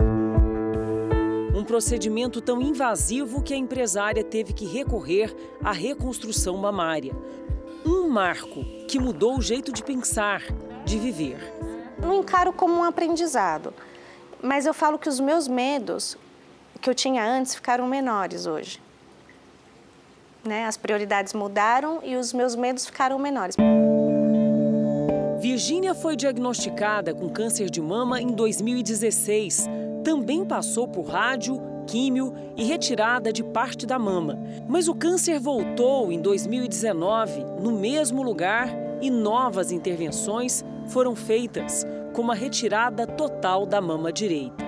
Um procedimento tão invasivo que a empresária teve que recorrer à reconstrução mamária. Um marco que mudou o jeito de pensar, de viver. Não encaro como um aprendizado, mas eu falo que os meus medos que eu tinha antes ficaram menores hoje. Né? As prioridades mudaram e os meus medos ficaram menores. Virgínia foi diagnosticada com câncer de mama em dois mil e dezesseis. Também passou por rádio, químio e retirada de parte da mama. Mas o câncer voltou em dois mil e dezenove, no mesmo lugar, e novas intervenções foram feitas, como a retirada total da mama direita.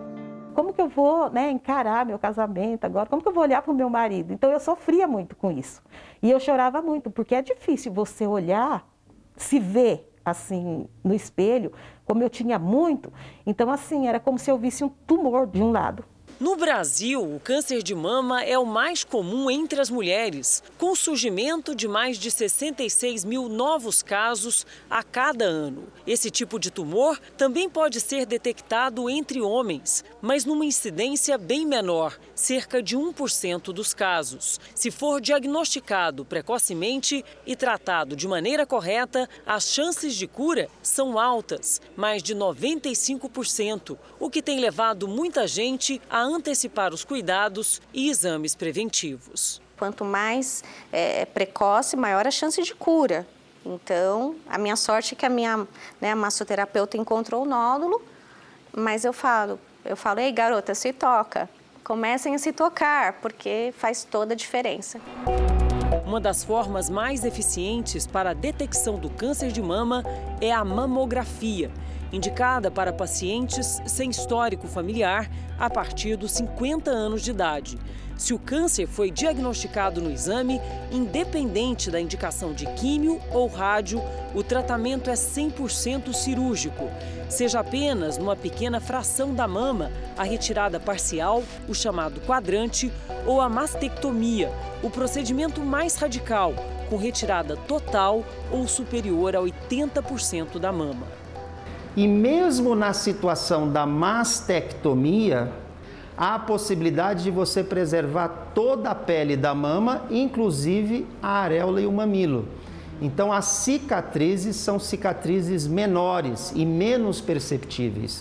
Como que eu vou, né, encarar meu casamento agora? Como que eu vou olhar para o meu marido? Então eu sofria muito com isso. E eu chorava muito, porque é difícil você olhar, se ver assim no espelho, como eu tinha muito. Então assim, era como se eu visse um tumor de um lado. No Brasil, o câncer de mama é o mais comum entre as mulheres, com o surgimento de mais de sessenta e seis mil novos casos a cada ano. Esse tipo de tumor também pode ser detectado entre homens, mas numa incidência bem menor, cerca de um por cento dos casos. Se for diagnosticado precocemente e tratado de maneira correta, as chances de cura são altas, mais de noventa e cinco por cento, o que tem levado muita gente a antecipar os cuidados e exames preventivos. Quanto mais é, precoce, maior a chance de cura. Então, a minha sorte é que a minha, né, a massoterapeuta encontrou o nódulo, mas eu falo, eu falo, ei garota, se toca. Comecem a se tocar, porque faz toda a diferença. Uma das formas mais eficientes para a detecção do câncer de mama é a mamografia, indicada para pacientes sem histórico familiar a partir dos cinquenta anos de idade. Se o câncer foi diagnosticado no exame, independente da indicação de químio ou rádio, o tratamento é cem por cento cirúrgico. Seja apenas numa pequena fração da mama, a retirada parcial, o chamado quadrante, ou a mastectomia, o procedimento mais radical, com retirada total ou superior a oitenta por cento da mama. E mesmo na situação da mastectomia, há a possibilidade de você preservar toda a pele da mama, inclusive a areola e o mamilo. Então, as cicatrizes são cicatrizes menores e menos perceptíveis.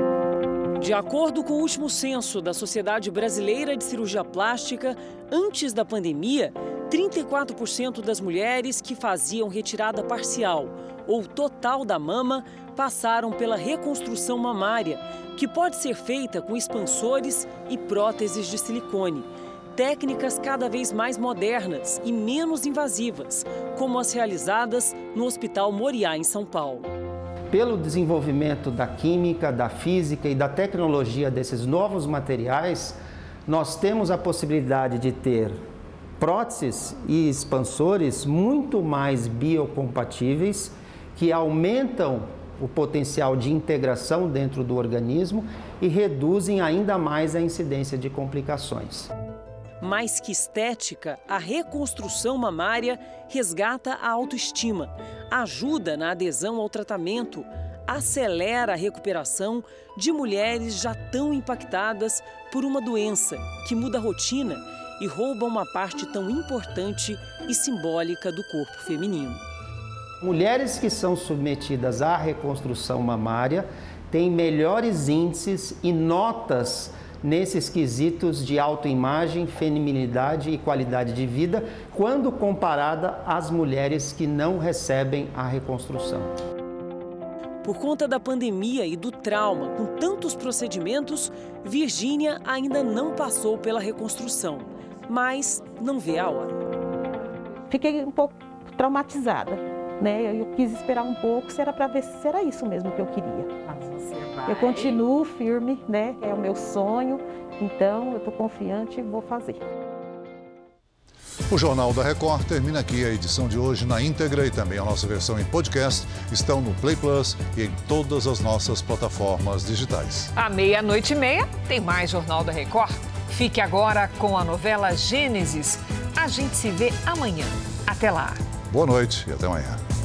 De acordo com o último censo da Sociedade Brasileira de Cirurgia Plástica, antes da pandemia, trinta e quatro por cento das mulheres que faziam retirada parcial ou total da mama passaram pela reconstrução mamária, que pode ser feita com expansores e próteses de silicone. técnicas cada vez mais modernas e menos invasivas, como as realizadas no Hospital Moriá, em São Paulo. Pelo desenvolvimento da química, da física e da tecnologia desses novos materiais, nós temos a possibilidade de ter próteses e expansores muito mais biocompatíveis, que aumentam o potencial de integração dentro do organismo e reduzem ainda mais a incidência de complicações. Mais que estética, a reconstrução mamária resgata a autoestima, ajuda na adesão ao tratamento, acelera a recuperação de mulheres já tão impactadas por uma doença que muda a rotina e rouba uma parte tão importante e simbólica do corpo feminino. Mulheres que são submetidas à reconstrução mamária têm melhores índices e notas nesses quesitos de autoimagem, feminilidade e qualidade de vida, quando comparada às mulheres que não recebem a reconstrução. Por conta da pandemia e do trauma, com tantos procedimentos, Virgínia ainda não passou pela reconstrução, mas não vê a hora. Fiquei um pouco traumatizada, né? Eu quis esperar um pouco, se era para ver se era isso mesmo que eu queria. Mas você vai. Eu continuo firme, né? É o meu sonho, então eu estou confiante e vou fazer. O Jornal da Record termina aqui. A edição de hoje na íntegra e também a nossa versão em podcast estão no Play Plus e em todas as nossas plataformas digitais. À meia-noite e meia tem mais Jornal da Record. Fique agora com a novela Gênesis. A gente se vê amanhã. Até lá. Boa noite e até amanhã.